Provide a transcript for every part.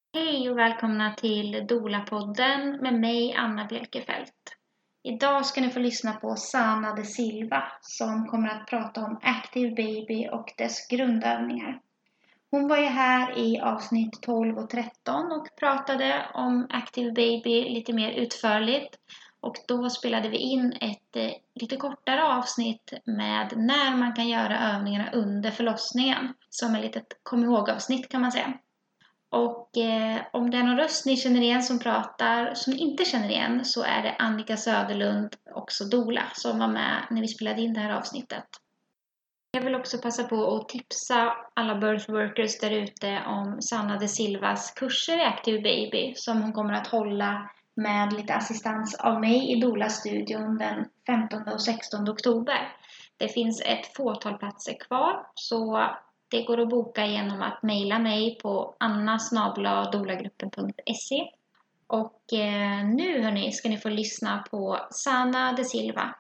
Hej och välkomna till Doula-podden med mig Anna Bjelkefelt. Idag ska ni få lyssna på Sana de Silva som kommer att prata om Active Baby och dess grundövningar. Hon var ju här i avsnitt 12 och 13 och pratade om Active Baby lite mer utförligt. Och då spelade vi in ett lite kortare avsnitt med när man kan göra övningarna under förlossningen. Som ett litet kom ihåg-avsnitt kan man säga. Och om det är någon röst ni känner igen som pratar som ni inte känner igen så är det Annika Söderlund, också doula, som var med när vi spelade in det här avsnittet. Jag vill också passa på att tipsa alla birth workers där ute om Sana de Silvas kurser i Active Baby som hon kommer att hålla med lite assistans av mig i Doula-studion den 15 och 16 oktober. Det finns ett fåtal platser kvar så det går att boka genom att mejla mig på anna@doulagruppen.se. Och nu hörni ska ni få lyssna på Sana de Silva.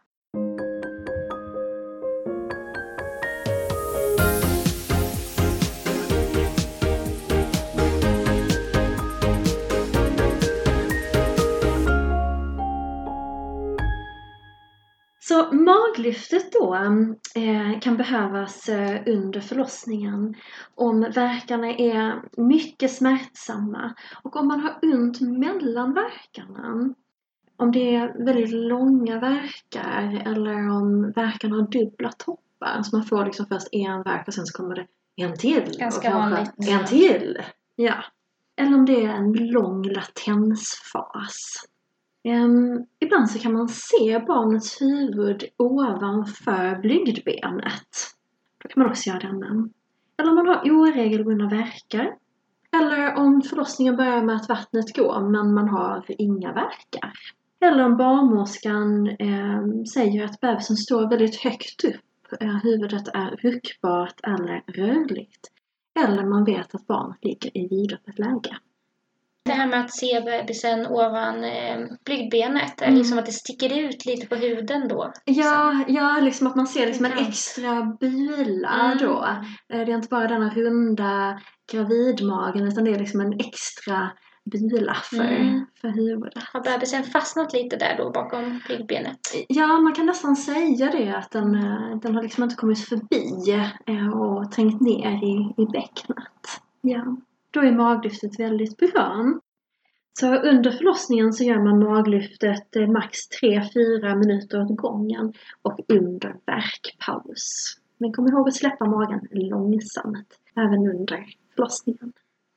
Så maglyftet då kan behövas under förlossningen om värkarna är mycket smärtsamma och om man har ont mellan värkarna. Om det är väldigt långa värkar eller om värkarna har dubbla toppar så man får liksom först en värk och sen så kommer det en till. Ganska vanligt. En till, ja. Eller om det är en lång latensfas. Ibland så kan man se barnets huvud ovanför blygdbenet. Då kan man också göra denna. Eller om man har oregelbundna värkar. Eller om förlossningen börjar med att vattnet går men man har inga värkar. Eller om barnmorskan säger att bebisen står väldigt högt upp. Huvudet är ryckbart eller rörligt. Eller man vet att barnet ligger i vidöppet läge. Det här med att se bebisen ovan blygdbenet är liksom att det sticker ut lite på huden då. Ja, liksom att man ser liksom en extra bila då. Det är inte bara denna runda gravidmagen utan det är liksom en extra bila för huvudet. Har bebisen fastnat lite där då bakom blygdbenet? Ja, man kan nästan säga det att den har liksom inte kommit förbi och trängt ner i bäcknet. Ja, då är maglyftet väldigt bra. Så under förlossningen så gör man maglyftet max 3-4 minuter åt gången och under värkpaus. Men kom ihåg att släppa magen långsamt, även under förlossningen.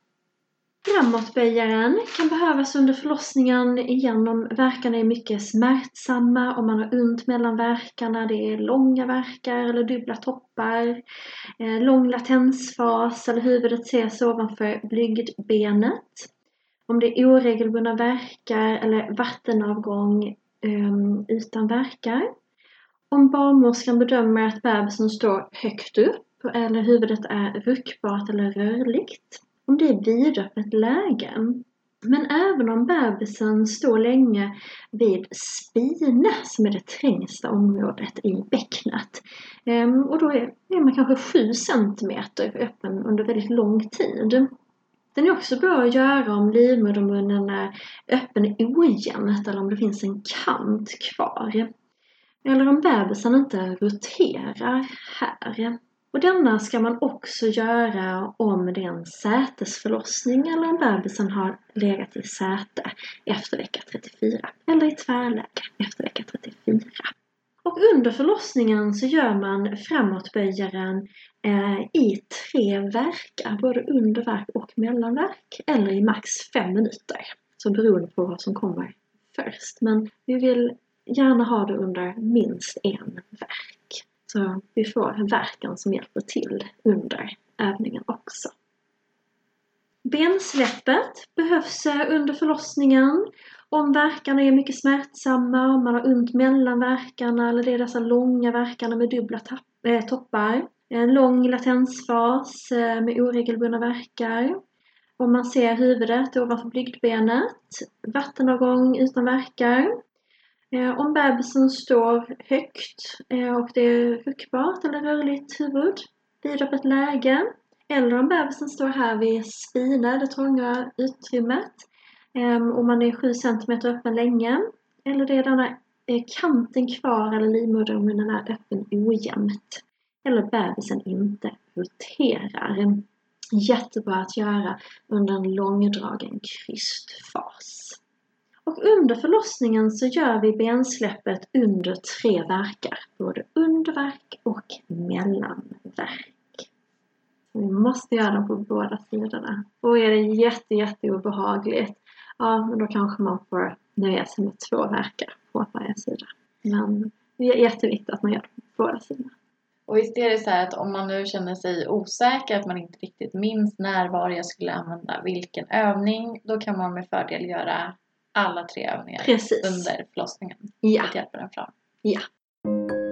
Framåtböjaren kan behövas under förlossningen igen om värkarna är mycket smärtsamma, om man har ont mellan värkarna, det är långa värkar eller dubbla toppar, lång latensfas eller huvudet ses ovanför blygdbenet. Om det är oregelbundna värkar eller vattenavgång utan värkar. Om barnmorskan bedömer att bebisen står högt upp eller huvudet är ryckbart eller rörligt. Om det är vidöppet läge. Men även om bebisen står länge vid spine som är det trängsta området i bäcknet. Och då är man kanske 7 centimeter öppen under väldigt lång tid. Den är också bra att göra om livmodermunnen är öppen ojämnt eller om det finns en kant kvar. Eller om bebisen inte roterar här. Och denna ska man också göra om det är en sätesförlossning eller om bebisen har legat i säte efter vecka 34. Eller i tvärläge efter vecka 34. Och under förlossningen så gör man framåtböjaren i 3 verkar, både under verk och mellanverk, eller i max 5 minuter. Så beroende på vad som kommer först. Men vi vill gärna ha det under minst 1 verk. Så vi får verken som hjälper till under övningen också. Bensläppet behövs under förlossningen. Om värkarna är mycket smärtsamma, om man har ont mellan värkarna eller det är dessa långa värkarna med dubbla toppar. En lång latensfas med oregelbundna värkar. Om man ser huvudet ovanför blygdbenet. Vattenavgång utan värkar. Om bebisen står högt och det är ryckbart eller rörligt huvud. Vidöppet läge. Eller om bebisen står här vid spina, det trånga utrymmet. Och man är 7 cm öppen länge. Eller det är denna kanten kvar eller livmodermunnen är öppen ojämnt. Eller bebisen inte roterar. Jättebra att göra under en långdragen krystfas. Och under förlossningen så gör vi bensläppet under 3 verkar. Både underverk och mellanverk. Vi måste göra dem på båda sidorna. Och är det jätte obehagligt, ja, men då kanske man får nöja sig med 2 verkar på varje sida. Men det är jätteviktigt att man gör det på båda sidorna. Och visst är det så här att om man nu känner sig osäker, att man inte riktigt minns när var jag skulle använda vilken övning, då kan man med fördel göra alla 3 övningar Precis. under förlossningen. Ja. Att hjälpa den fram. Ja.